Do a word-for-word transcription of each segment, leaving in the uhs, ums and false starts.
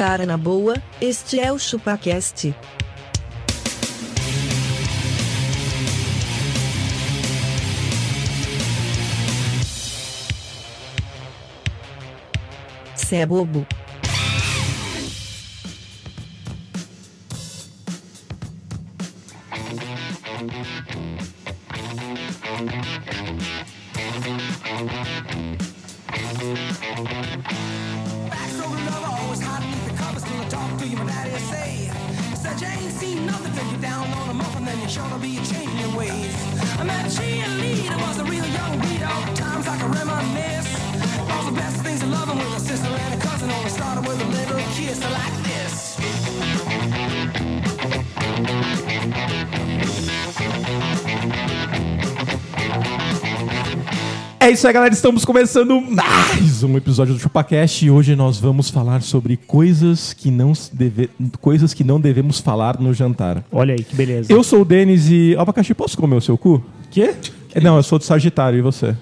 cara na boa, este é o ChupaCast. Cê é bobo. É isso aí, galera, estamos começando mais um episódio do ChupaCast e hoje nós vamos falar sobre coisas que não, deve... coisas que não devemos falar no jantar. Olha aí, que beleza. Eu sou o Denis e... Abacaxi, posso comer o seu cu? Quê? Não, eu sou do Sagitário, e você?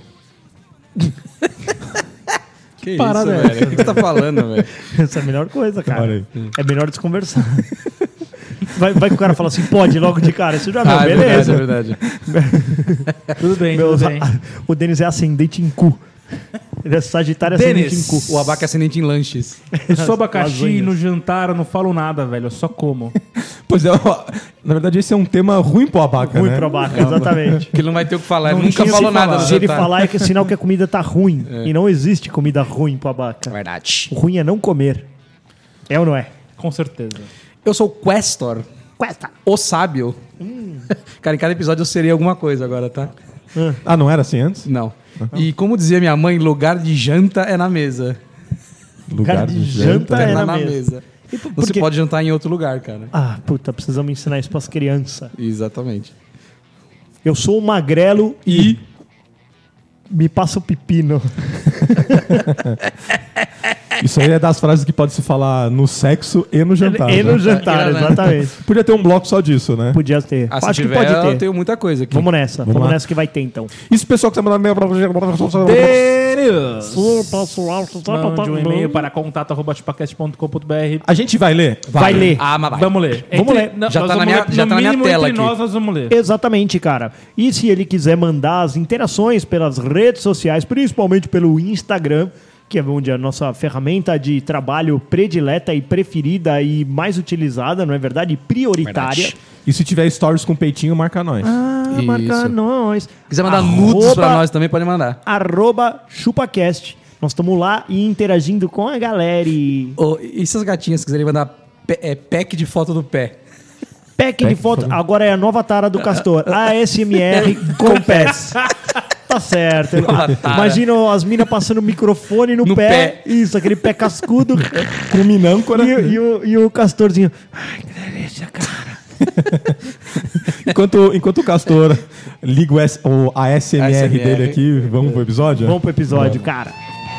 Que parada isso, é velho? O que você tá falando, velho? Essa é a melhor coisa, cara. Olha aí. É melhor desconversar. Vai, vai que o cara fala assim, pode logo de cara. Isso já não, Ah, é beleza. verdade, é verdade. Tudo bem, tudo bem. O Denis é ascendente em cu. Ele é Sagitário ascendente Denis. em cu. O abaca é ascendente em lanches. Eu sou abacaxi Lasanhas. e no jantar eu não falo nada, velho. Eu só como. Pois é, na verdade esse é um tema ruim pro Abaca, Ruim né? pro abaca, exatamente. Que ele não vai ter o que falar. Ele Não nunca tinha falou se nada falar. do Se ele jantar. falar é que é sinal que a comida tá ruim. E não existe comida ruim pro abaca. Verdade. O ruim é não comer. É ou não é? Com certeza. Eu sou o Questor, Cuesta. o sábio. Cara, em cada episódio eu serei alguma coisa agora, tá? Ah, não era assim antes? Não. E como dizia minha mãe, lugar de janta é na mesa. Lugar de janta é na mesa. E por- Você porque- pode jantar em outro lugar, cara. Ah, puta, precisamos ensinar isso pras crianças. Exatamente. Eu sou um magrelo e... Me passa o pepino. Isso aí é das frases que pode se falar no sexo e no jantar. E no né? jantar, Né? exatamente. Podia ter um bloco só disso, né? Podia ter. Ah, se Acho tiver, que pode ter. eu tenho muita coisa aqui. Vamos nessa. Vamos, lá. nessa que vai ter, então. Isso, pessoal que tá mandando e-mail pra... Denis! Mande Mande um e-mail para contato arroba chupacast ponto com ponto b r. A gente vai ler? Vai ler. Ah, mas vai. Vamos ler. Vamos ler. Não, Já nós tá na vamos minha- ler. já No tá na minha mínimo, tela entre aqui. nós, nós vamos ler. Exatamente, cara. E se ele quiser mandar as interações pelas redes sociais, principalmente pelo Instagram, que é onde a nossa ferramenta de trabalho predileta e preferida e mais utilizada, não é verdade? E prioritária. Verdade. E se tiver stories com peitinho, marca nós. Ah, Isso. marca nós. Quiser mandar Arroba- nudes pra nós também, pode mandar. Arroba ChupaCast. Nós estamos lá e interagindo com a galera. E... Ô, e se as gatinhas quiserem mandar pe- é, pack de foto do pé? Pack de foto. Agora é a nova tara do Castor. A S M R com pés. Tá certo. Nova tara. Imagina as minas passando o microfone no, No pé. pé. Isso, aquele pé cascudo. Com minâncora. E, e, o, e o Castorzinho. Ai, que delícia, cara. Enquanto, enquanto o Castor liga o, S, o A S M R, A S M R. dele aqui, vamos pro episódio? Vamos pro episódio, cara.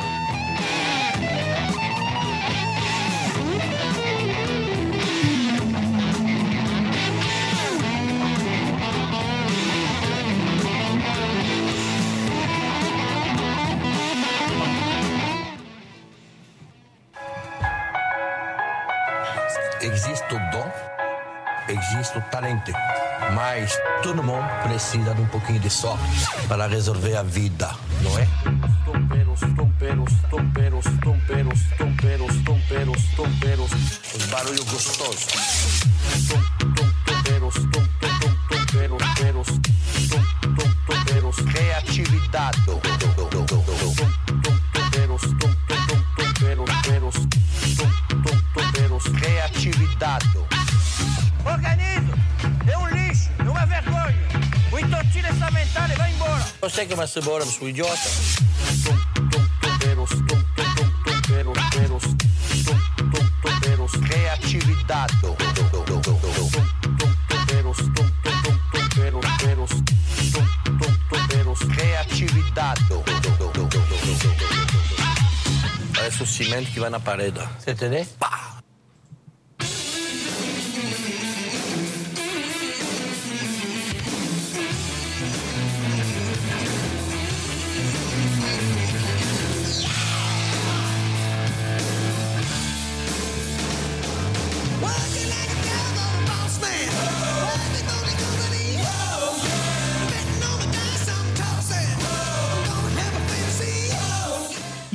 Existe o dom, existe o talento, mas todo mundo precisa de um pouquinho de sorte para resolver a vida, não é? Tomperos, tomperos, tomperos, tomperos, tomperos, tomperos, tomperos, os barulhos gostosos. Tom, tom, tomperos, tom, tom, tom, tomperos, peros, tom, tom, tomperos, criatividade. Tom, tom, tomperos, tom, tom, tom, tomperos, peros, tom, tom, tomperos, criatividade. Organizo! É um lixo, é uma vergonha! O entortilho essa mentalha vai embora! Você que é uma cebola, sou idiota. Tum, tum, tomperos, tum, tum, tum, tomperos, peros, tum, tum, tomperos, criatividade. Tum, tum, tomperos, tum, tum, tum, tomperos, peros, tum, tum, tomperos, criatividade. Parece o cimento que vai na parede. Você entendeu? Pá!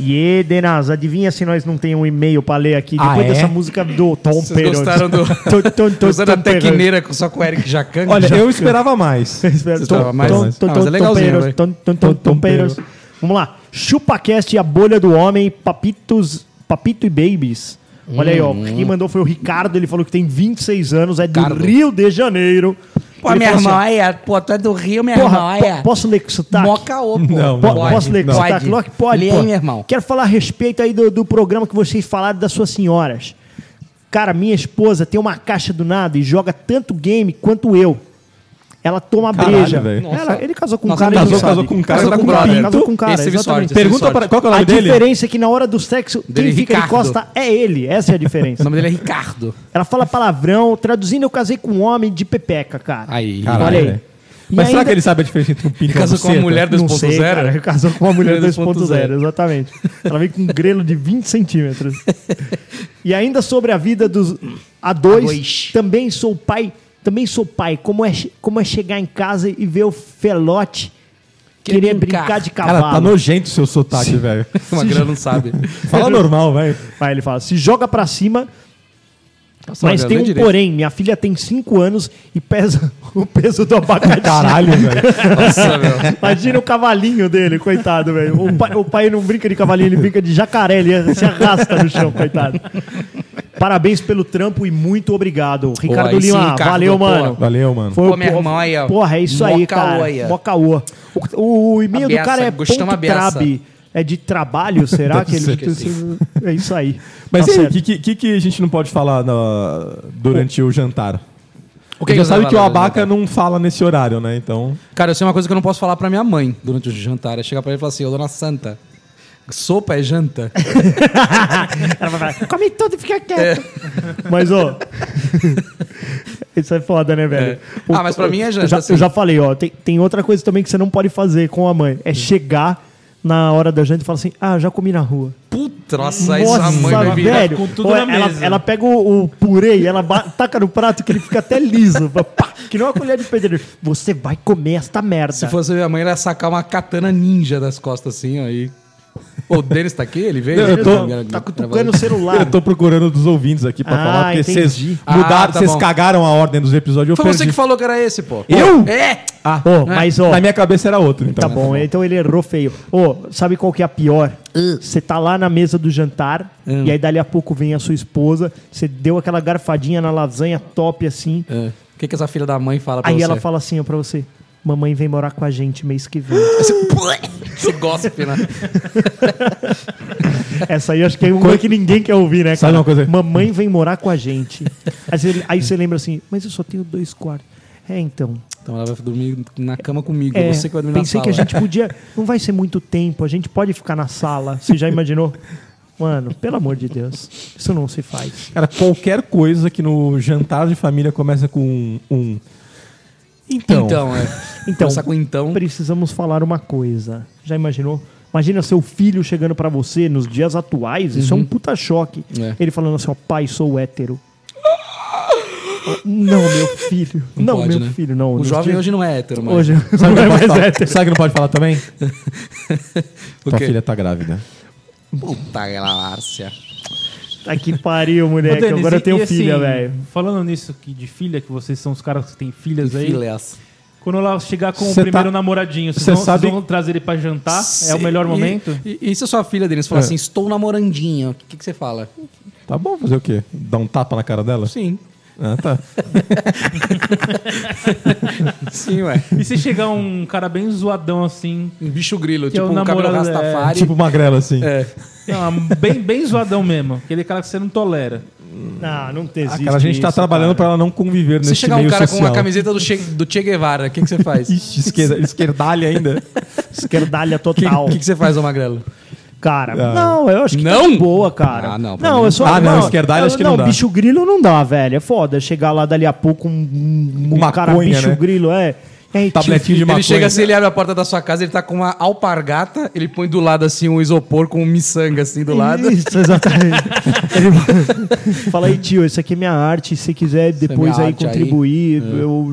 E Denas, adivinha se nós não tem um e-mail pra ler aqui Ah, depois é? dessa música do Tom Vocês Perot. gostaram do... Tom- Tom- Tom- Usando a Tom Perot. tecneira com- só com o Eric Jacan? Olha, eu esperava mais. Espera, Você Tom- estava mais- Tom- mais- Tom- Ah, mas é Tom- legalzinho, Tom- vai. Tom- Tom- Tom- Tom Perot. Vamos lá. ChupaCast e a bolha do homem, papitos, papito e babies. Olha aí, ó. Quem mandou foi o Ricardo. Ele falou que tem vinte e seis anos, é do Ricardo. Rio de Janeiro. Pô, Ele meu falou irmão, assim, aí, pô, tu é do Rio, meu Porra, irmão, aí. po- posso ler com sotaque? Mocaô, pô. Não, Po- não, Pode, posso ler com não. sotaque? Lógico que pode, Lê pô. aí, meu irmão. Quero falar a respeito aí do, do programa que vocês falaram das suas senhoras. Cara, minha esposa tem uma caixa do nada e joga tanto game quanto eu. Ela toma Caralho, breja. velho. Ela- ele casou com um Nossa, cara, casou- ele não casou sabe. com um cara, casou casou com um com cara, brother. casou com um cara, Esse teve exatamente. sorte, esse Pergunta para qual que é o A nome dele? diferença é que na hora do sexo, Dele, quem fica Ricardo. de costa é ele. Essa é a O diferença. nome dele é Ricardo. Ela fala palavrão. Traduzindo, eu casei com um homem de pepeca, cara. Aí. Caralho, Olha aí. velho. E Mas será ainda- que ele sabe a diferença entre um pinto e uma Casou com uma buceta? mulher Não sei, cara. 2.0? Casou com uma mulher dois ponto dois ponto zero, zero. exatamente. Ela vem com um grelo de vinte centímetros. E ainda sobre a vida dos A dois, A dois. também sou pai, também sou pai. Como é, che- como é chegar em casa e ver o Felote Querer querer brincar. brincar de Cara, tá cavalo? nojento o seu sotaque, velho. Uma grana não sabe. Fala normal, velho. Aí ele fala, se joga pra cima, Nossa, mas Magrelo, tem lê um direito. porém. Minha filha tem cinco anos e pesa o peso do abacaxi. Caralho, velho. Nossa, meu. Imagina o cavalinho dele, coitado, velho. O pai, o pai não brinca de cavalinho, ele brinca de jacaré, ele se arrasta no chão, coitado. Parabéns pelo trampo e muito obrigado. Ricardo aí sim, Lima, Ricardo, valeu, pô. mano. Valeu, mano. Foi Pô, o- meu irmão aí, ó. Porra, é isso aí, Mó cara. caoia. Mó caoa. O, o e-mail do A cara é beça, gostamos ponto a beça. trab. É de trabalho, será que ele... É isso aí. Mas Tá e aí, o certo. que, que, que a gente não pode falar na- durante o jantar? O que Você que já sabe você que o vai falar, abaca Jonathan? não fala nesse horário, né? Então. Cara, eu sei uma coisa que eu não posso falar pra minha mãe durante o jantar. É chegar pra ele e falar assim, ô dona Santa, sopa é janta? Ela vai falar, come tudo e fica quieto. Mas, ó... Isso é foda, né, velho? É. Ah, mas pra mim é janta, Eu já, assim. eu já falei, ó. Tem, tem outra coisa também que você não pode fazer com a mãe. É chegar na hora da janta e falar assim, ah, já comi na rua. Puta, nossa, isso a mãe vai vir. velho. com tudo Ó, na ela, mesa. ela pega o, o purê e ela ba- taca no prato que ele fica até liso. Pá, que não é uma colher de pedreiro. Você vai comer esta merda. Se fosse minha mãe, ela ia sacar uma katana ninja das costas assim, ó. E... Ô, o Denis tá aqui? Ele veio? Eu tô- Tá cutucando o celular. Eu tô procurando dos ouvintes aqui pra Ah, falar, porque vocês entendi. mudaram, Ah, tá vocês bom. cagaram a ordem dos episódios. Eu Foi você perdi. que falou que era esse, pô. Eu? É! Ah, Ô, mas, ó, na minha cabeça era outro, então. tá bom, então ele errou feio. Ô, sabe qual que é a pior? Você tá lá na mesa do jantar, e aí dali a pouco vem a sua esposa, você deu aquela garfadinha na lasanha top assim, É. O que, que essa filha da mãe fala pra aí você? ela fala assim ó, pra você, mamãe vem morar com a gente mês que vem. Você gospe, né? Essa aí acho que é uma que ninguém quer ouvir, né, cara? Sabe uma coisa? Mamãe vem morar com a gente. Aí você, aí você lembra assim, mas eu só tenho dois quartos. É, então. Então ela vai dormir na cama comigo. É, você que vai dormir pensei na que a sala. gente podia. Não vai ser muito tempo, a gente pode ficar na sala. Você já imaginou? Mano, pelo amor de Deus. Isso não se faz. Cara, qualquer coisa que no jantar de família começa com um. Então. Então, é. Então, Começar com então. precisamos falar uma coisa. Já imaginou? Imagina seu filho chegando pra você nos dias atuais. Isso é um puta choque. É. Ele falando assim, ó, pai, sou hétero. Não, meu filho. Não, Não pode, meu né? filho, não. O Nos jovem dias- hoje não é hétero, mas... Hoje Sabe não que é não pode mais falar? hétero. Sabe que não pode falar também? O Tua quê? filha tá grávida. Puta, Galácia. Tá que pariu, Ô, moleque. Denis, Agora eu e- tenho e filha, assim, velho. Falando nisso aqui de filha, que vocês são os caras que têm filhas aí. Filhas. Quando ela chegar com Cê o primeiro tá- namoradinho, vocês cê vão, sabe- vocês vão trazer ele pra jantar? É o melhor E- momento? E, e se a sua filha, Denis, falar É. assim, estou namorandinho, o que, que você fala? Tá bom, fazer o quê? Dar um tapa na cara dela? Sim. Ah, tá. Sim, ué. E se chegar um cara bem zoadão assim, Um bicho grilo, Que é tipo o um cabelo namorado- Rastafari. Tipo magrela, assim. É. não, bem, bem zoadão mesmo, aquele cara que você não tolera. Não, não existe Aquela gente tá isso, trabalhando cara. pra ela não conviver Se nesse chegar um meio cara social. com uma camiseta do Che, do che Guevara, o que, que você faz? O Ixi, esquerda, esquerdalha ainda. Esquerdalha que, total. que, que você faz, ô Magrelo? Cara, Ah. não, eu acho que Não? tá de boa, cara. Ah, não, pra Não, mim eu só. Ah, não, esquerdalha acho que não dá. bicho grilo não dá, velho. É foda. Chegar lá dali a pouco um, um Uma cara maconha, bicho né? grilo, é. E aí, Tabletinho de Ele maconha. chega assim, ele abre a porta da sua casa, ele tá com uma alpargata, ele põe do lado assim um isopor com um miçanga assim do lado. Isso, exatamente. Ele fala aí, tio, isso aqui é minha arte. Se você quiser depois minha aí arte aí. contribuir, eu.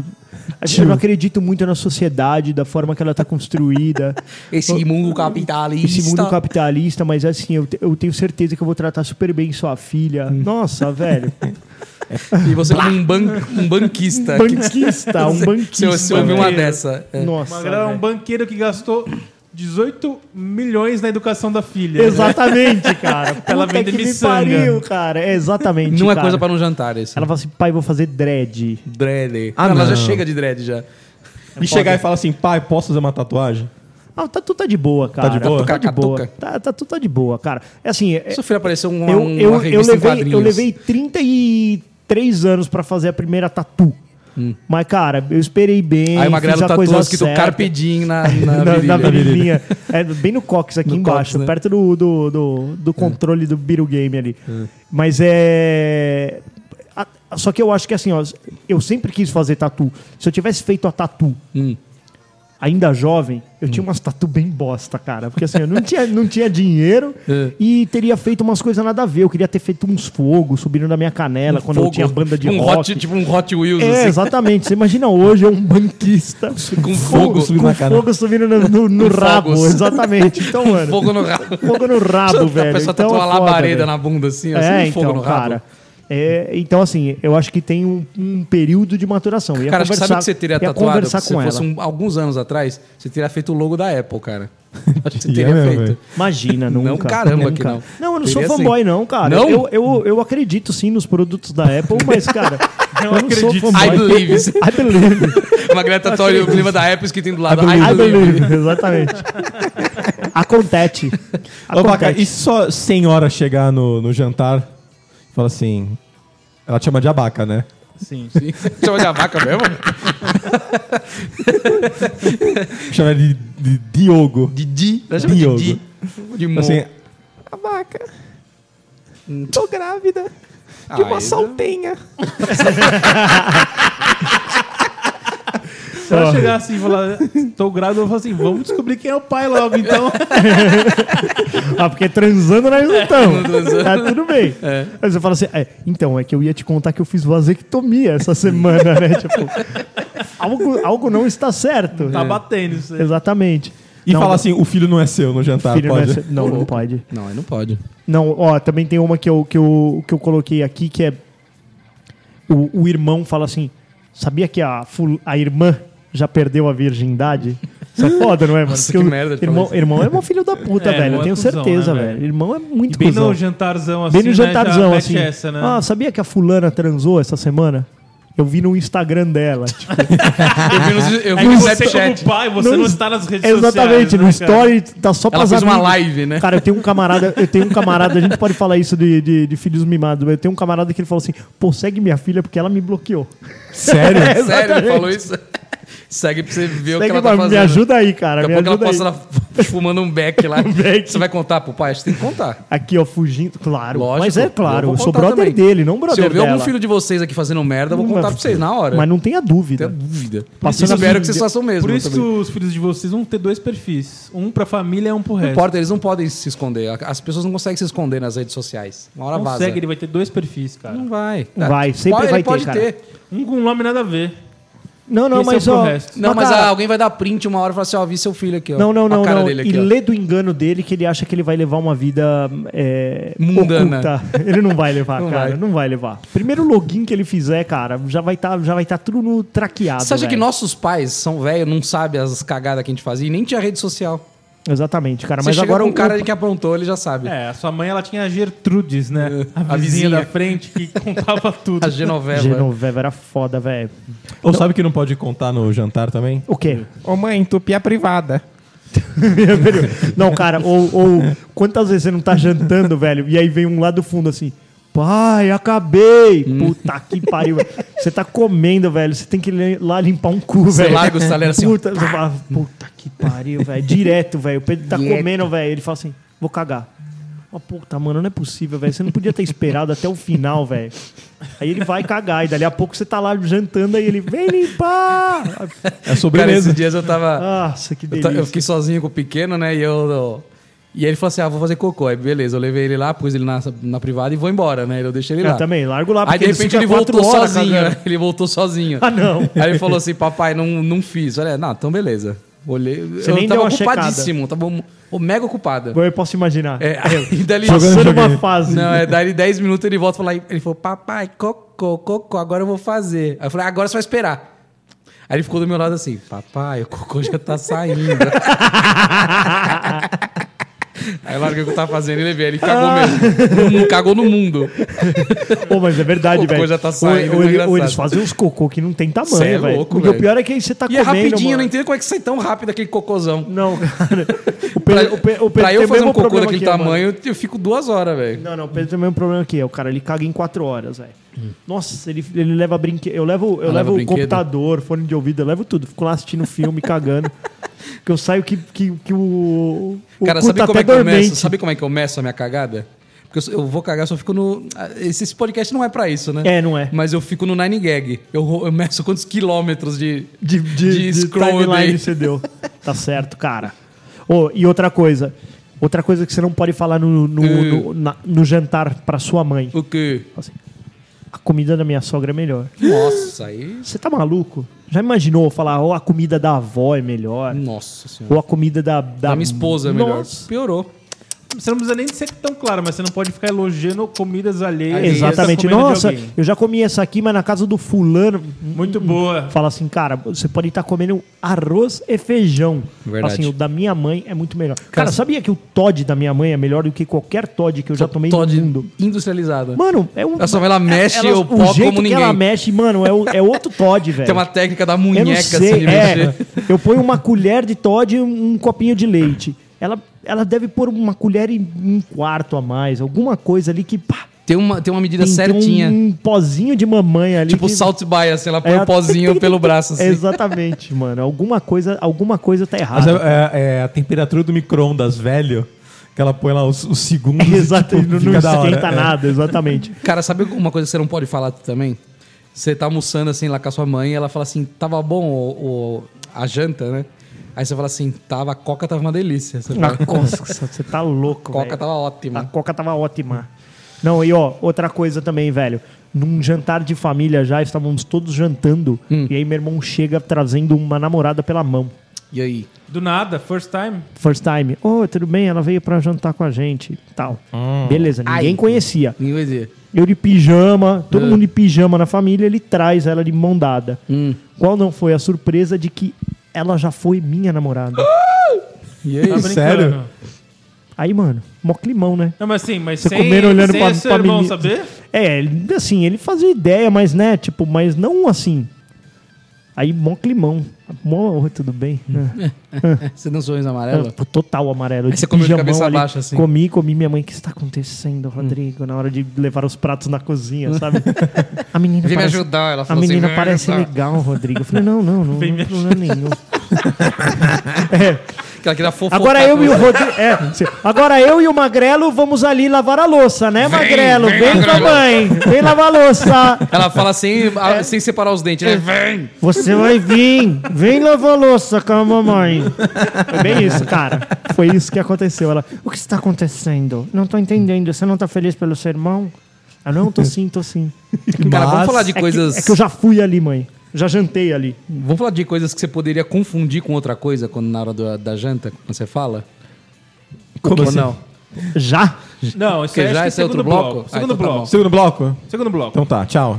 Eu não acredito muito na sociedade, da forma que ela tá construída. Esse mundo capitalista. Esse mundo capitalista, mas assim, eu, te- eu tenho certeza que eu vou tratar super bem sua filha. Nossa, velho. E você como um, ban um banquista. Banquista, um Se banquista. você ouviu uma velho. dessa. É. Nossa, Magrão é um velho. banqueiro que gastou dezoito milhões na educação da filha. Exatamente, cara. Ela Puta vende que me miçanga. pariu, cara. É exatamente, Não é cara. coisa pra não jantar esse. Ela fala assim, pai, vou fazer dread. Dread. Ah, não, ela já não. chega de dread já. E chegar e falar assim, pai, posso fazer uma tatuagem? Ah, tá tudo tá de boa, cara. de boa? Tá de boa. Catuca. Tá, tá tudo tá de boa, cara. É assim, é- Sua filha apareceu uma, eu, uma eu, eu, revista em levei, quadrinhos. eu levei trinta e três anos pra fazer a primeira tatu. Mas, cara, eu esperei bem. Aí o Magrelo fiz a tatuou coisa escrito certa. Carpe Diem na, na, na, virilha. na virilhinha. É, bem no cox aqui No embaixo, cox, né? perto do, do, do, do controle do Beetle Game ali. Mas é. a- Só que eu acho que assim, ó, eu sempre quis fazer tatu. Se eu tivesse feito a tatu Hum. ainda jovem, eu tinha umas tatu bem bosta, cara. Porque assim, eu não tinha, não tinha dinheiro É. e teria feito umas coisas nada a ver. Eu queria ter feito uns fogos subindo na minha canela quando eu Fogo. tinha banda de um rock. Hot, tipo um Hot Wheels, É, assim, exatamente. Você imagina hoje, é um banquista com fogo. subindo com na cara. fogo subindo no, no- no Com rabo. fogos. Exatamente. Então, mano, fogo, Fogo no rabo. no rabo, velho. A pessoa Então tatua é uma foda, labareda velho. na bunda, assim, assim É, um fogo então, no rabo. cara. É, então, assim, eu acho que tem um, um período de maturação. Eu ia Cara, acho que conversar, sabe o que você teria ia tatuado? conversar Se com ela. fosse um- alguns anos atrás, você teria feito o logo da Apple, cara. Acho que você E é teria mesmo, feito. velho. Imagina, nunca. Não, caramba, nunca. que não. Não, eu não sou Teria sim. fanboy, não, cara. Não? Eu, eu, eu acredito sim nos produtos da Apple, mas, cara, eu não sou acredito. fanboy. I believe. I believe. Uma grande tatuagem, o clima da Apple que tem do lado. I I believe. believe, exatamente. Acontece. Ô, Vaca, Acontece. e se sua senhora chegar no, no jantar e fala assim... Ela te chama de abaca, né? Sim. Sim. Chama de abaca mesmo? Chama ele de, de Diogo. Didi. Ela chama de Diogo. Didi. De mo. Assim, abaca, tô grávida de uma Ah, saltenha. Se ela chegar assim e falar, tô grávida, eu vou falar assim, vamos descobrir quem é o pai logo, então. Ah, porque transando nós não estamos. Tá tudo bem. Aí você fala assim, é, então, é que eu ia te contar que eu fiz vasectomia essa semana, né? Tipo, algo, algo não está certo. Tá batendo isso aí. Exatamente. E Não, fala não- assim, o filho não é seu no jantar, filho não, pode? é seu- não, não pode. Não, aí não pode. Não, ó, também tem uma que eu, que eu, que eu coloquei aqui, que é o, o irmão fala assim, sabia que a, ful- a irmã já perdeu a virgindade? Isso é foda, não é, mano? Nossa, Porque que o merda de irmão, falar isso. irmão é um filho da puta, É, velho. irmão Eu é tenho cuzão, certeza, né, velho. velho? Irmão é muito Bem cuzão. no jantarzão assim, Bem no jantarzão, né, já mete assim. essa, né? Ah, sabia que a fulana transou essa semana? Eu vi no Instagram dela. Tipo, Eu vi no, eu vi É no que você Snapchat. como pai, você No- não está nas redes exatamente, sociais, no né, cara? story tá só Ela pras fez uma amigas. live, né? Cara, eu tenho um camarada, eu tenho um camarada, a gente pode falar isso de, de, de filhos mimados, mas eu tenho um camarada que ele falou assim, pô, segue minha filha porque ela me bloqueou. Sério? É, Sério, ele exatamente. falou isso? Segue pra você ver o que Segue, ela tá mas fazendo. me ajuda aí, cara, Daqui me a pouco ela ajuda aí. posta ela fumando um beck lá. beck. Você vai contar pro pai? Você tem que contar. Aqui, ó, fugindo, claro. Lógico. Mas é claro, Eu eu, vou sou contar brother também. dele, não brother Se eu ver dela. algum filho de vocês aqui fazendo merda, eu vou Não, contar mas- pra vocês na hora. Mas não tenha Não tenho dúvida. dúvida. Passando E espero a que vocês vida- façam mesmo. Por isso que também. os filhos de vocês vão ter dois perfis. Um pra família e um pro Não resto. importa, eles não podem se esconder. As pessoas não conseguem se esconder nas redes sociais. Uma hora vaza. Consegue, ele vai ter dois perfis, cara. Não vai. Vai, sempre pode, vai ele pode ter, cara. Um com nome nada a ver. Não, não, Esse é mas pro ó... resto. Não, mas cara, ah, alguém vai dar print uma hora e falar assim, ó, vi seu filho aqui, ó. Não, não, A não, cara não. dele E aqui, ó. lê do engano dele que ele acha que ele vai levar uma vida é, Mundana. oculta. Ele não vai levar, Não cara. vai. Não vai levar. Primeiro login que ele fizer, cara, já vai estar já vai tá tudo no traqueado. Você acha que velho. nossos pais são velhos, não sabem as cagadas que a gente fazia e nem tinha rede social? Exatamente, cara. Você Mas chega agora com um o- cara de que aprontou, ele já sabe. É, a sua mãe, ela tinha a Gertrudes, né? A, A vizinha, vizinha. da frente que contava tudo. A Genoveva. Genoveva era foda, velho. Ou sabe que não pode contar no jantar também? O quê? Ô mãe, entupir a privada. Não, cara, ou, ou quantas vezes você não tá jantando, velho, e aí vem um lá do fundo assim, pai, acabei. Hum. Puta que pariu. velho. Você tá comendo, velho, você tem que ir lá limpar um cu, Você velho. larga o talher assim, ó. Puta, você fala, puta que pariu, velho. Direto, velho. O Pedro tá comendo, velho. Ele fala assim, vou cagar. Uma puta, mano, não é possível, velho. Você não podia ter esperado até o final, velho. Aí ele vai cagar, e dali a pouco você tá lá jantando, aí ele vem limpar. É Cara, sobremesa. esses dias eu tava... Nossa, que Eu, ta- delícia. eu fiquei sozinho com o pequeno, né? E eu, eu, E aí ele falou assim, ah, vou fazer cocô. Aí beleza, eu levei ele lá, pus ele na, na privada e vou embora, né? Eu deixei ele Eu lá. também, largo lá. Aí porque de repente fica ele quatro voltou horas sozinho, cagando. né? Ele voltou sozinho. Ah, não. Aí ele falou assim, papai, não, não fiz. Eu falei, não, então beleza. Olhei, Você eu nem tava deu uma ocupadíssimo, tava um- um mega ocupado. Eu posso imaginar. É, aí dali, Passando uma fase. Não, é daí dez minutos ele volta e fala, ele falou, papai, cocô, cocô, agora eu vou fazer. Aí eu falei, agora você vai esperar. Aí ele ficou do meu lado assim, papai, o cocô já tá saindo. Aí eu larguei o que eu tava fazendo e levei. Ele cagou mesmo. Não cagou no mundo. Pô, mas é verdade, O cocô velho. já tá saindo, Ou, ou, é ele- ou engraçado. eles fazem uns cocô que não tem Cê é tamanho, velho. louco, Porque o velho. pior é que você tá E é comendo, rapidinho, eu não mano. entendo como é que sai tão rápido aquele cocôzão. Não, cara. O Pra, Pedro, o Pedro, o Pedro pra tem eu o fazer mesmo um cocô problema daquele que eu, mano. tamanho, eu fico duas horas, velho. Não, não, o Pedro tem o mesmo problema que eu, cara. Ele caga em quatro horas, velho. Nossa, ele, ele leva brinquedo. Eu levo, eu Ah, leva levo o brinquedo? computador, fone de ouvido, eu levo tudo. Fico lá assistindo filme, cagando. Que eu saio que, que, que o. o Cara, cu sabe tá como é até que eu dormente. começo? Sabe como é que eu meço a minha cagada? Porque eu, eu vou cagar, só fico no... Esse, esse podcast não é pra isso, né? É, não é. Mas eu fico no Nine Gag. Eu, eu meço quantos quilômetros de, De, de, de scroll eu timeline dei. você deu. Tá certo, cara. Ô, e outra coisa. Outra coisa que você não pode falar no, no, Hum. no, na- no jantar pra sua mãe. O quê? Assim, a comida da minha sogra é melhor. Nossa, aí... Você tá maluco? Já imaginou falar, ou a comida da avó é melhor? Nossa senhora. Ou a comida da... Da, Da minha esposa é melhor. Nossa. Piorou. Você não precisa nem ser tão claro, mas você não pode ficar elogiando comidas alheias. Alheias. Exatamente. Comendo de Nossa, alguém. eu já comi essa aqui, mas na casa do fulano... Muito boa. Fala assim, cara, você pode estar comendo arroz e feijão. Verdade. Assim, o da minha mãe é muito melhor. Cara, sabia que o Todd da minha mãe é melhor do que qualquer Todd que eu já tomei Todd no mundo? industrializada. Mano, é um... A sua mãe, ela mexe ela- o pó jeito como que ela ninguém. mexe, mano, é, o- é outro Todd, velho. Tem uma técnica da Eu não munheca sei, assim de é, mexer. eu ponho uma colher de Todd e um, um copinho de leite. Ela, ela deve pôr uma colher e um quarto a mais, alguma coisa ali que... Pá, Tem uma, tem uma medida tem, tem certinha. um pozinho de mamãe ali. Tipo que- salt by, assim, ela põe É, o pozinho pelo braço, assim. Exatamente, mano. Alguma coisa, alguma coisa tá Mas errada. é, é- é a temperatura do micro-ondas velho, que ela põe lá os, os segundos Exato, e tipo, não, fica não da hora. esquenta É. nada, exatamente. Cara, sabe uma coisa que você não pode falar também? Você tá almoçando assim lá com a sua mãe e ela fala assim, tava bom o, o- a janta, né? Aí você fala assim, tava, a coca tava uma delícia. Você fala, Nossa, você tá louco, a coca velho. tava A ótima. coca tava ótima. Não, e ó, outra coisa também, velho. Num jantar de família já, estávamos todos jantando. Hum. E aí meu irmão chega trazendo uma namorada pela mão. E aí? Do nada, first time. First time. Ô, tudo bem? Ela veio pra jantar com a gente. Tal. Beleza, ninguém Ai. conhecia. Ninguém vai dizer. Eu de pijama, todo É. mundo de pijama na família, ele traz ela de mão dada. Hum. Qual não foi a surpresa de que ela já foi minha namorada? E Tá aí? brincando. sério? Aí, mano, mó climão, né? Não, mas assim, mas Você sem, comendo olhando sem pra, seu pra irmão menina. saber? É, ele, assim, ele fazia ideia, mas né, tipo, mas não assim. Aí, mó climão. Mó, oi, tudo bem? Você deu um sorriso amarelo? É, total amarelo. Aí de você comeu de pijamão cabeça ali. baixa, assim. Comi, comi. Minha mãe, o que está acontecendo, Rodrigo? Na hora de levar os pratos na cozinha, sabe? A menina Vem me parece, ajudar, ela A falou assim, menina "Vem me parece ajudar." legal, Rodrigo. Eu falei, não, não, não, Vem não, me não é nenhum. Que ela queria fofocar. Agora eu com e o você. Rodrigo. É, sim. Agora eu e o Magrelo vamos ali lavar a louça, né, Magrelo? vem, Vem, com a Magrelo. mãe. Vem lavar a louça. Ela fala sem, É. a- sem separar os dentes, né? Vem! Você vai vir. Vem lavar a louça com a mamãe. Foi bem isso, cara. Foi isso que aconteceu. Ela, o que está acontecendo? Não tô entendendo. Você não tá feliz pelo seu irmão? Ah, não, tô sim, tô sim. Cara, vamos Mas- falar de É que- coisas... é que eu já fui ali, mãe. Já jantei ali. Vamos falar de coisas que você poderia confundir com outra coisa quando, na hora do- da janta, quando você fala? Como Ou assim? não? Já? Não, isso Porque aí acho já que esse é outro segundo bloco? Ah, Segundo então tá bloco. bom. Segundo bloco? Segundo bloco. Então tá, tchau.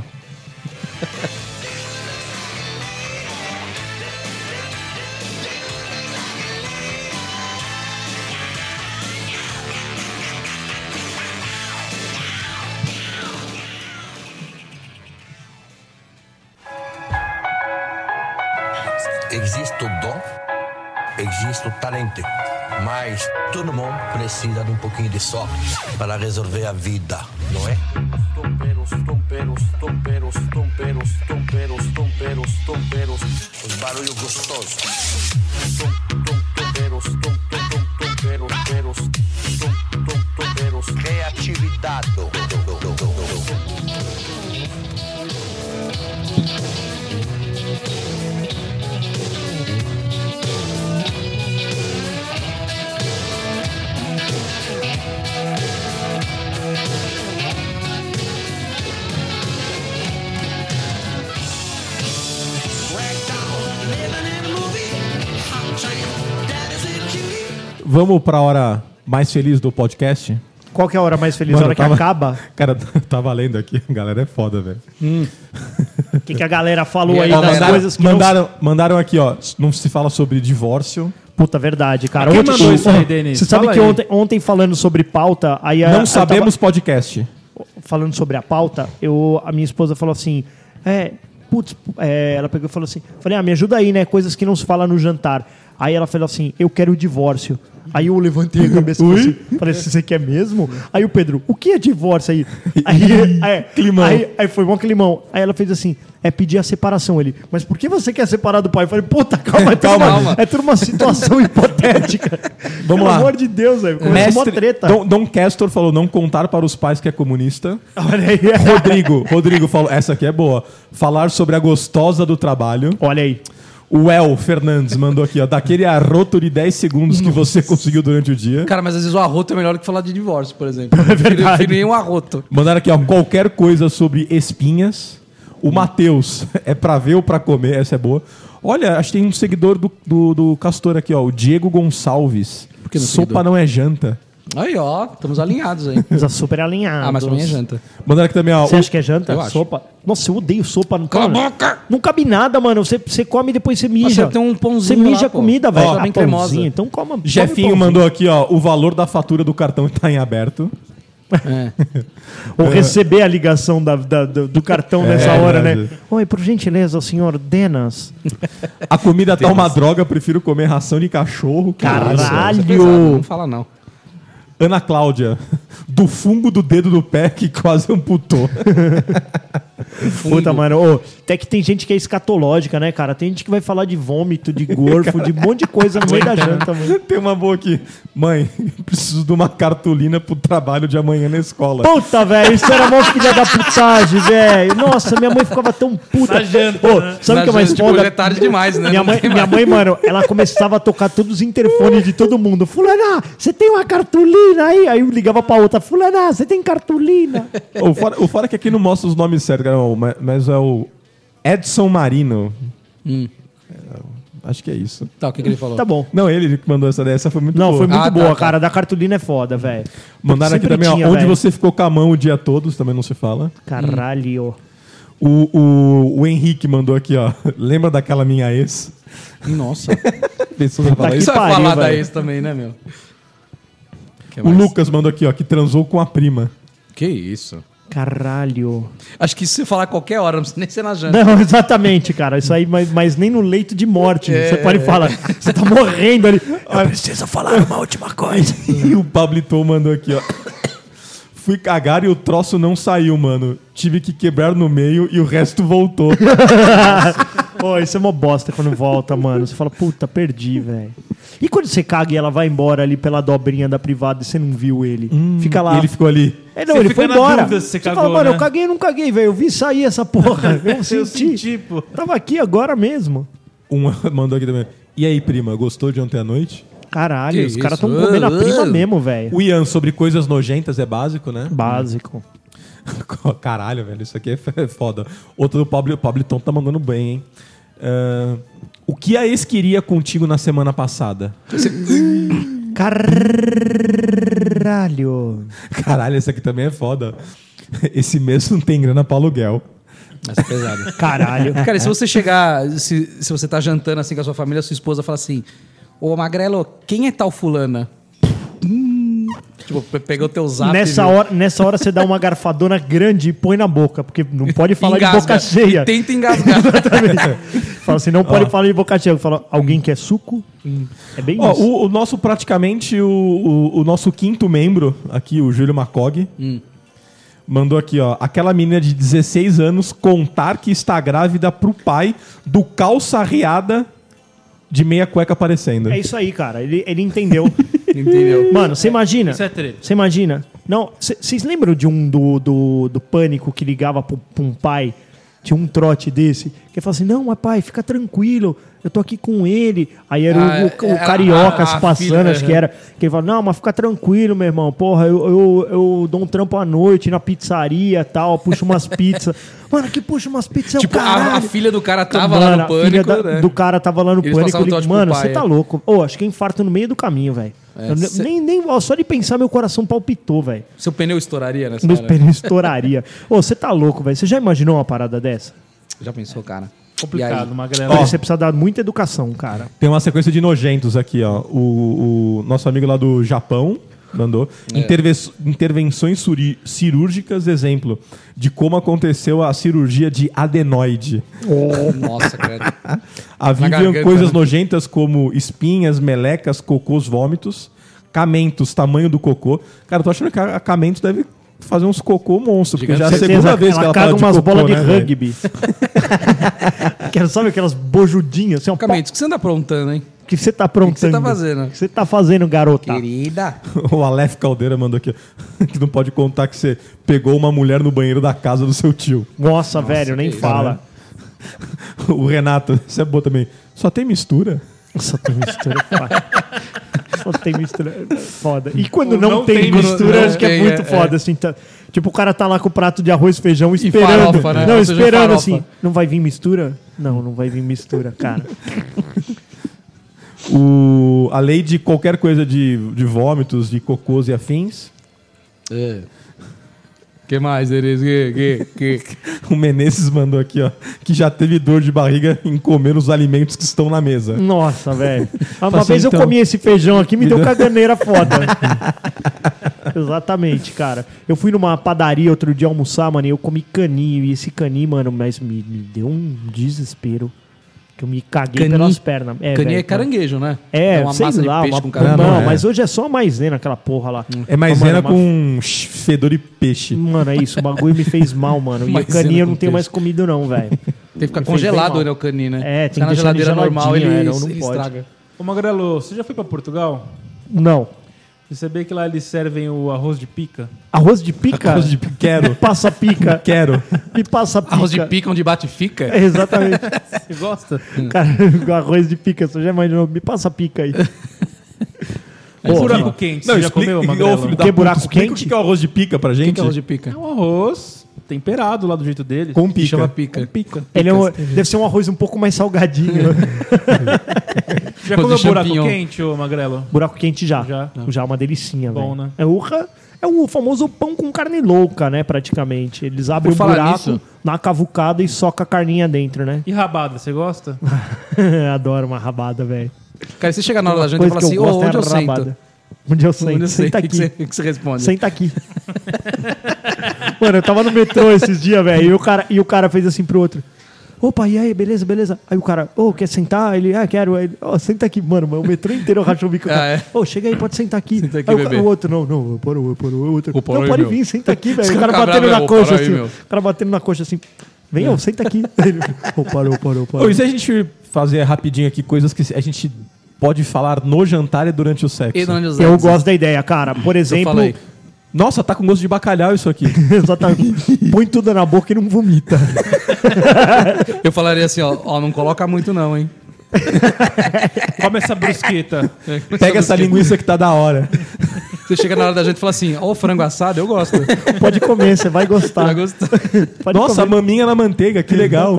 Existe o dom, existe o talento, mas todo mundo precisa de um pouquinho de sorte para resolver a vida, não é? Tomperos, tomperos, tomperos, tomperos, tomperos, tomperos, tomperos, os barulhos gostosos. Tom, tom, tomperos, tom, tom, tom, tomperos, peros, tom, tom, tomperos, criatividade. Vamos pra hora mais feliz do podcast? Qual que é a hora mais feliz? Mano, a hora que tava- acaba? Cara, tava lendo aqui, a galera é foda, velho. O que, que a galera falou E aí a das galera- coisas que mandaram, mandaram aqui, ó, não se fala sobre divórcio. não... Puta, verdade, cara. Quem Ontem- mandou isso aí, Ó, Denis? Você sabe Fala que aí. ontem, ontem falando sobre pauta, aí a- Não eu sabemos podcast. tava falando sobre a pauta, eu, a minha esposa falou assim, é, putz, é, ela pegou e falou assim, falei, ah, me ajuda aí, né, coisas que não se fala no jantar. Aí ela falou assim, eu quero o divórcio. Aí eu levantei a cabeça e falei, assim, falei assim, você quer mesmo? Aí o Pedro, o que é divórcio aí? Aí, aí, Climão. aí, aí foi um climão. Aí ela fez assim, é pedir a separação. Ele, mas por que você quer separar do pai? Eu falei, puta, calma, é tudo, Calma. uma, é tudo uma situação hipotética. Vamos Pelo lá. amor de Deus, velho. Começou uma treta. Dom, Dom Castor falou não contar para os pais que é comunista. Olha aí. Rodrigo, Rodrigo falou, essa aqui é boa. Falar sobre a gostosa do trabalho. Olha aí. O El Fernandes mandou aqui, ó, daquele arroto de dez segundos que você conseguiu durante o dia. Cara, mas às vezes o arroto é melhor do que falar de divórcio, por exemplo. É verdade. Eu prefiro nem um arroto. Mandaram aqui, ó, qualquer coisa sobre espinhas. O Matheus, é pra ver ou pra comer? Essa é boa. Olha, acho que tem um seguidor do, do, do Castor aqui, ó, o Diego Gonçalves. que no Sopa seguidor? não é janta. Aí, ó, estamos alinhados aí. Mas super alinhado. Ah, mas pra mim é janta. Mandaram aqui também, ó. Você o- acha que é janta? Eu acho. Sopa? Nossa, eu odeio sopa. Não, Cala a cara, boca! não cabe nada, mano. Você, você come e depois você mija. você tem um pãozinho Você mija lá, a pô. comida, velho. Ó, Ah, bem pãozinho. cremosa. Então coma. Jefinho come mandou aqui, ó, o valor da fatura do cartão tá em aberto. É. Ou receber a ligação da, da- do, do cartão nessa É, hora, verdade. né? Oi, por gentileza, o senhor Denas. A comida tá uma droga, prefiro comer ração de cachorro. que Caralho. isso. Isso é pesado, não fala não. Ana Cláudia, do fungo do dedo do pé que quase amputou. Puta, mano. Ô, até que tem gente que é escatológica, né, cara? Tem gente que vai falar de vômito, de gorfo, de um monte de coisa no meio da janta, mano. Tem uma boa aqui. Mãe, preciso de uma cartolina pro trabalho de amanhã na escola. Puta, velho, isso era mó filha da putagem, velho. Nossa, minha mãe ficava tão puta. Na janta, Ô, né? sabe o que é Na mais janta, tipo, foda? já é tarde demais, né? Minha Não mãe, tem minha mais. mãe, mano, ela começava a tocar todos os interfones de todo mundo. Fulana, você tem uma cartolina aí? Aí eu ligava pra outra. Fulana, você tem cartolina? O fora, o fora é que aqui não mostra os nomes certos, cara, mas- mas é o Edson Marino. Hum. É, acho que é isso. Tá, o que, que ele falou? Tá bom. Não, ele que mandou essa daí, essa foi muito Não, boa. foi muito Ah, tá, boa, tá. cara. Da cartolina é foda, velho. Mandaram aqui Sempre também, ó, tinha, onde velho. você ficou com a mão o dia todo, também não se fala. Caralho. O, o, o Henrique mandou aqui, ó, lembra daquela minha ex? Nossa. Pensou em falar que isso? Você vai pariu, falar da velho. ex também, né, meu? Que O mais? Lucas mandou aqui, ó, que transou com a prima. Que isso? Caralho. Acho que isso você falar a qualquer hora, não precisa nem ser na janta. Não, exatamente, cara. Isso aí, mas, mas nem no leito de morte. É. Você pode falar. Você tá morrendo ali. Eu preciso falar uma última coisa. E o Pablito mandou aqui, ó. Fui cagar e o troço não saiu, mano. Tive que quebrar no meio e o resto voltou. Pô, isso é uma bosta quando volta, mano. Você fala, puta, perdi, velho. E quando você caga e ela vai embora ali pela dobrinha da privada e você não viu ele? Fica lá. E ele ficou ali. É, não, Você ele fica foi na embora. dúvida se você fala, cagou, mano, né? eu caguei ou não caguei, velho. Eu vi sair essa porra. Eu senti. Eu senti, pô. Tava aqui agora mesmo. Um mandou aqui também. E aí, prima, gostou de ontem à noite? Caralho, Que os caras isso? estão comendo a prima Ah. mesmo, velho. O Ian, sobre coisas nojentas, é básico, né? Básico. Caralho, velho, isso aqui é f- foda. Outro do Pablo, Pablitão tá mandando bem, hein? Ah, o que a ex queria contigo na semana passada? Caralho. Caralho, esse aqui também é foda. Esse mês não tem grana pra aluguel. Essa é pesada. Caralho. Cara, e se você chegar, se, se você tá jantando assim com a sua família, sua esposa fala assim: Ô Magrelo, quem é tal fulana? Hum. Tipo, pe- pegou teu zap. Nessa viu? hora, nessa hora você dá uma garfadona grande e põe na boca, porque não pode falar Engasga. de boca cheia. E tenta engasgar. Fala assim, não pode falar de boca cheia. Fala, alguém quer suco? É bem Ó, isso. o, o nosso, praticamente, o, o, o nosso quinto membro aqui, o Júlio Macog, mandou aqui, ó. Aquela menina de dezesseis anos contar que está grávida pro pai do calça riada de meia cueca aparecendo. É isso aí, cara. Ele, ele entendeu. Entendeu? Mano, você imagina? Isso é treta. Você imagina? Não, vocês lembram de um do, do, do Pânico que ligava pro, pra um pai? Tinha um trote desse. Que ele falava assim: não, mas pai, fica tranquilo. Eu tô aqui com ele. Aí era Ah, o, o, é, o Carioca a- a se passando, filha, acho que aham. era. Que ele falava: não, mas fica tranquilo, meu irmão. Porra, eu, eu, eu dou um trampo à noite na pizzaria e tal. Puxo umas pizzas. Mano, que puxa umas pizzas. é o Tipo, a, caralho. a filha do cara tava Mano, lá no a filha pânico, da- né? do cara tava lá no Eles pânico. passavam Ele, trote pro mano, pai, você tá é. louco. Ô, acho que é infarto no meio do caminho, velho. É, Eu ne- cê- nem, nem, ó, só de pensar, meu coração palpitou, velho. Seu pneu estouraria nessa Meus hora? pneus estouraria. Ô, você tá louco, velho. Você já imaginou uma parada dessa? Já pensou, cara? Complicado, E aí? Magrelo. Ó. Você precisa dar muita educação, cara. Tem uma sequência de nojentos aqui, ó. O, o nosso amigo lá do Japão mandou. É. Interve- intervenções suri- cirúrgicas, exemplo, de como aconteceu a cirurgia de adenoide. Nossa, cara. Haviam garganta, coisas né? nojentas como espinhas, melecas, cocôs, vômitos, camentos, tamanho do cocô. Cara, eu tô achando que a a Camentos deve fazer uns cocô monstro, porque já é a Certeza, segunda vez que ela caga fala de umas cocô, bolas de né, velho? rugby. Quero sabe aquelas bojudinhas, assim, ó, Calmente, o que você anda aprontando, hein? O que você tá aprontando? que você tá fazendo? O que você tá fazendo, garota? Querida. O Aleph Caldeira mandou aqui, ó, que não pode contar que você pegou uma mulher no banheiro da casa do seu tio. Nossa, velho, nem que fala. O Renato, isso é boa também. Só tem mistura? Só tem mistura, foda. Só tem mistura, foda. E quando O não, não tem, tem mistura, não acho que é tem, muito é, foda, assim. Tá- tipo, o cara tá lá com o prato de arroz, feijão, esperando. farofa, né? Não, Ou seja, esperando farofa. assim. Não vai vir mistura? Não, não vai vir mistura, cara. O, a lei de qualquer coisa de, de vômitos, de cocôs e afins. É. Que mais, Eres? Que, que, que? O Menezes mandou aqui, ó, que já teve dor de barriga em comer os alimentos que estão na mesa. Nossa, velho. Uma Passou, vez eu então. comi esse feijão aqui, me deu caganeira foda. Exatamente, cara. Eu fui numa padaria outro dia almoçar, mano, e eu comi caninho. E esse caninho, mano, mas me, me deu um desespero. Que eu me caguei Cani? pelas pernas. É, Caninha velho, é caranguejo, né? É, uma sei massa de lá, peixe uma... com caranguejo. Não, Não, é. mas hoje é só maisena aquela porra lá. É maisena Mano, com fedor de peixe. Mano, é isso, o bagulho me fez mal, mano. E o Maisena caninho eu com não tenho peixe. mais comido, não, velho. Tem que ficar Me fez bem congelado, mal. né, o caninho, né? É, tem Se tá que na deixar ele geladeira normal, ele, geladinho, é, não, não ele pode. estraga. Ô, Magrelo, você já foi pra Portugal? Não. Você sabia que lá eles servem o arroz de pica? Arroz de pica? Arroz de pica. Quero. Me passa pica. Quero. Me passa pica. Arroz de pica onde bate fica? É, exatamente. Você gosta? Cara, arroz de pica, você já imaginou? Me passa pica aí. E Pô, buraco ó. quente, Não, você já explica, comeu, ô, Magrelo? filho Que da puta, buraco explica quente? o que é o arroz de pica pra O gente. que é arroz de pica? É um arroz temperado lá do jeito deles. Com Que pica. chama pica. Com pica. Ele é um- deve ser um arroz um pouco mais salgadinho. Já Arroz comeu de buraco champignon. quente, ô Magrelo? Buraco quente já. Já. Já é uma delicinha, Bom, velho. né? É o, ra- é o famoso pão com carne louca, né, praticamente. Eles abrem Por um falar buraco, nisso- dá uma cavucada e soca a carninha dentro, né? E rabada, você gosta? Adoro uma rabada, velho. Cara, você chega na hora da janta e Coisa fala que assim, eu ô, gosto onde eu é a sento? rabada. Onde eu sento? Onde eu Senta sento? O que aqui. você- o que você responde? Senta aqui. Mano, eu tava no metrô esses dias, velho, e o cara, e o cara fez assim pro outro. Opa, e aí, beleza, beleza. Aí o cara, ô, quer sentar? Ele, ah, quero. Aí ele, ó, senta aqui, mano, o metrô inteiro rachou o bico. Ah, é? Ô, chega aí, pode sentar aqui. Senta aqui, aí o, ca- bebê. o outro, não, não, parou, parou. O outro, Ô, parou não, aí, pode meu. vir, senta aqui, velho. Esse O cara cara batendo bravo, na ô, coxa parou aí, assim. meu. O cara batendo na coxa assim. Vem, ô, senta aqui. Ele, ô, parou, parou, parou. Ô, e se a gente fazer rapidinho aqui coisas que a gente pode falar no jantar e durante o sexo? E onde os Eu eggs? gosto da ideia, cara. Por exemplo, falei. Nossa, tá com gosto de bacalhau isso aqui. exatamente. Põe tudo na boca e não vomita. Eu falaria assim, ó, ó, não coloca muito não, hein? Come essa brusqueta. Pega essa linguiça que tá da hora. Você chega na hora da gente e fala assim, ó, o frango assado, eu gosto. Pode comer, você vai gostar. Vai gostar. Pode Nossa, a comer. maminha na manteiga, que legal.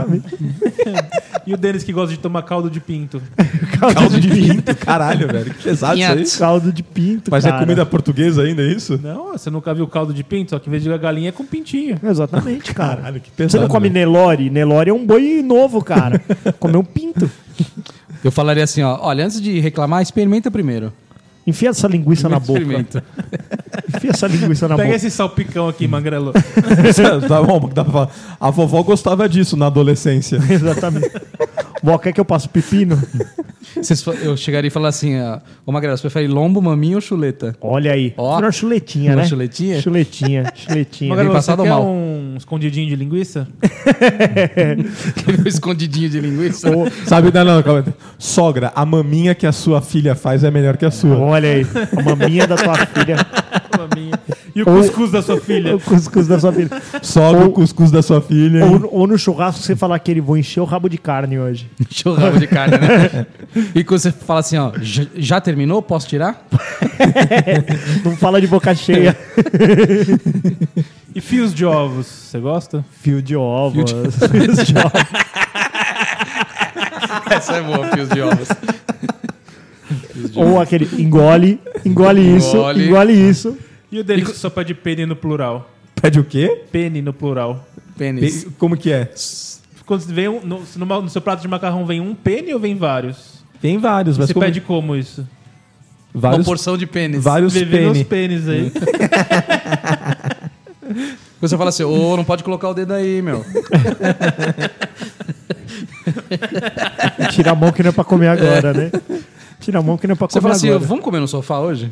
E o Denis que gosta de tomar caldo de pinto. Caldo de pinto, caralho, velho. Que pesado isso aí. Caldo de pinto, Mas cara. é comida portuguesa ainda, é isso? Não, você nunca viu caldo de pinto, só que em vez de galinha é com pintinho. Exatamente, cara. Caralho, que pesado. Você não come velho. Nelore? Nelore é um boi novo, cara. Comeu um pinto. Eu falaria assim, ó, olha, antes de reclamar, experimenta primeiro. Enfia essa linguiça na boca. Experimenta. Enfia essa linguiça na Pega boca. esse salpicão aqui, Magrelo. Tá bom, dá pra falar. A vovó gostava disso na adolescência. Exatamente. Vó, quer que eu passe pepino? Vocês fa- eu chegaria e falaria assim, ó, ô Magrela, você prefere lombo, maminho ou chuleta? Olha aí. Ó. Uma chuletinha, Uma né? chuletinha? Chuletinha, chuletinha. Magrelo, bem você passado quer ou mal? um escondidinho de linguiça? Aquele escondidinho de linguiça. Sabe, não, não, calma. Sogra, a maminha que a sua filha faz é melhor que a sua. Olha aí. A maminha da tua filha. E o cuscuz da sua filha? O cuscuz da sua filha. Sogra, Ou- o cuscuz da sua filha. Ou, ou no churrasco você falar que ele vou encher o rabo de carne hoje. Encheu o rabo de carne, né? E quando você fala assim, ó, já, já terminou? Posso tirar? Não fala de boca cheia. E fios de ovos, você gosta? Fio de ovos. Essa é boa, fios de ovos. Ou aquele engole, engole isso, Engole. engole isso. E o deles que só pede pene no plural? Pede o quê? Pene no plural. Pênis. Pe- Como que é? Quando vem um, no, se numa- no seu prato de macarrão vem um pene ou vem vários? Tem vários, mas Você como- pede como isso? Uma vários, porção de pênis. vários Bebendo os pene. pênis aí. Você fala assim, ô, não pode colocar o dedo aí, meu. Tira a mão que não é pra comer agora, né? Tira a mão que não é pra Você comer fala assim, agora. vamos comer no sofá hoje?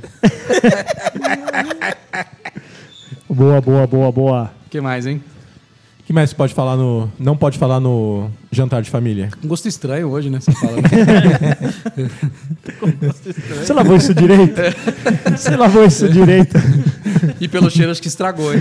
Boa, boa, boa, boa. O que mais, hein? O que mais você pode falar no... Não pode falar no jantar de família? Um gosto estranho hoje, né? Você fala, né? Você lavou isso direito? Você lavou isso direito? E pelo cheiro acho que estragou, hein?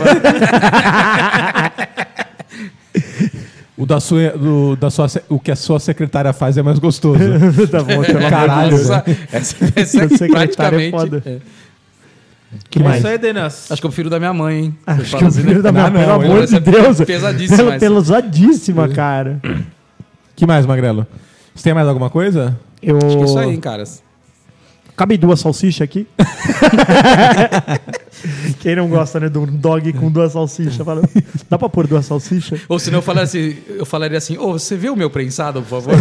O, da sua, do, da sua, o que a sua secretária faz é mais gostoso. Tá bom, pelo amor de Caralho. Deus. Essa, essa, essa Seu é secretário praticamente... é foda. é. Que É mais? isso aí, Denas. Acho que eu prefiro da minha mãe, hein? Você Acho fala que é o assim, filho né? da minha Não, mãe, não, pelo amor essa de é Deus. pesadíssima Pela- essa. Pesadíssima, cara. Que mais, Magrelo? Você tem mais alguma coisa? Eu... Acho que é isso aí, hein, caras. Cabe duas salsichas aqui? Quem não gosta, né, de um dog com duas salsichas? Fala, dá pra pôr duas salsichas? Ou senão eu falaria assim, eu falaria assim, ô, você viu o meu prensado, por favor?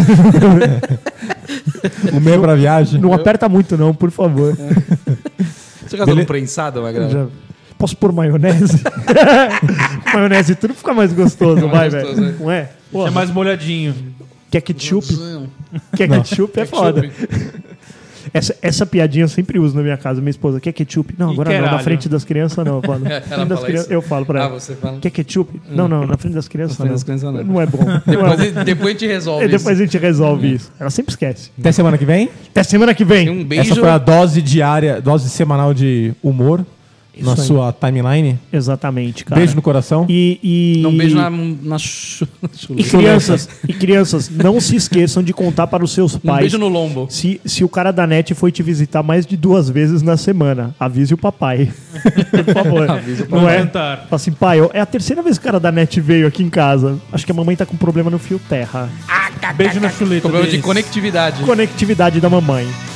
O meu pra viagem? Não aperta muito não, por favor. Você gosta de Bele- um prensado, Magrelo? Já- Posso pôr maionese? Maionese e tudo fica mais gostoso, vai, gostoso, velho. né? Não é? Pô, É mais molhadinho. quer ketchup? Quer ketchup é foda. Essa, essa piadinha eu sempre uso na minha casa. Minha esposa, quer ketchup? Não, E agora não, na caralho. frente das crianças não. Eu falo. Na Ela frente das fala crianças, isso? eu falo pra Ah, ela. você fala. Quer ketchup? Não, não, na frente das crianças frente não. das crianças, não. Não é bom. Não é Depois, bom. depois a gente resolve E depois isso. a gente resolve isso. Ela sempre esquece. Até semana que vem? Até semana que vem. Um beijo. Essa foi a dose diária, dose semanal de humor Isso na aí. sua timeline. Exatamente, cara. Beijo no coração. E, e... Não, um beijo na, na chu- E chuleta. crianças, e crianças, não se esqueçam de contar para os seus Um pais. beijo no lombo. Se, se o cara da net foi te visitar mais de duas vezes na semana, avise o papai. Por favor. Avise o Não é? Jantar. Fala assim, pai, ó, é a terceira vez que o cara da net veio aqui em casa. Acho que a mamãe tá com problema no fio terra. Beijo na chuleta. Problema de Denis. conectividade. Conectividade da mamãe.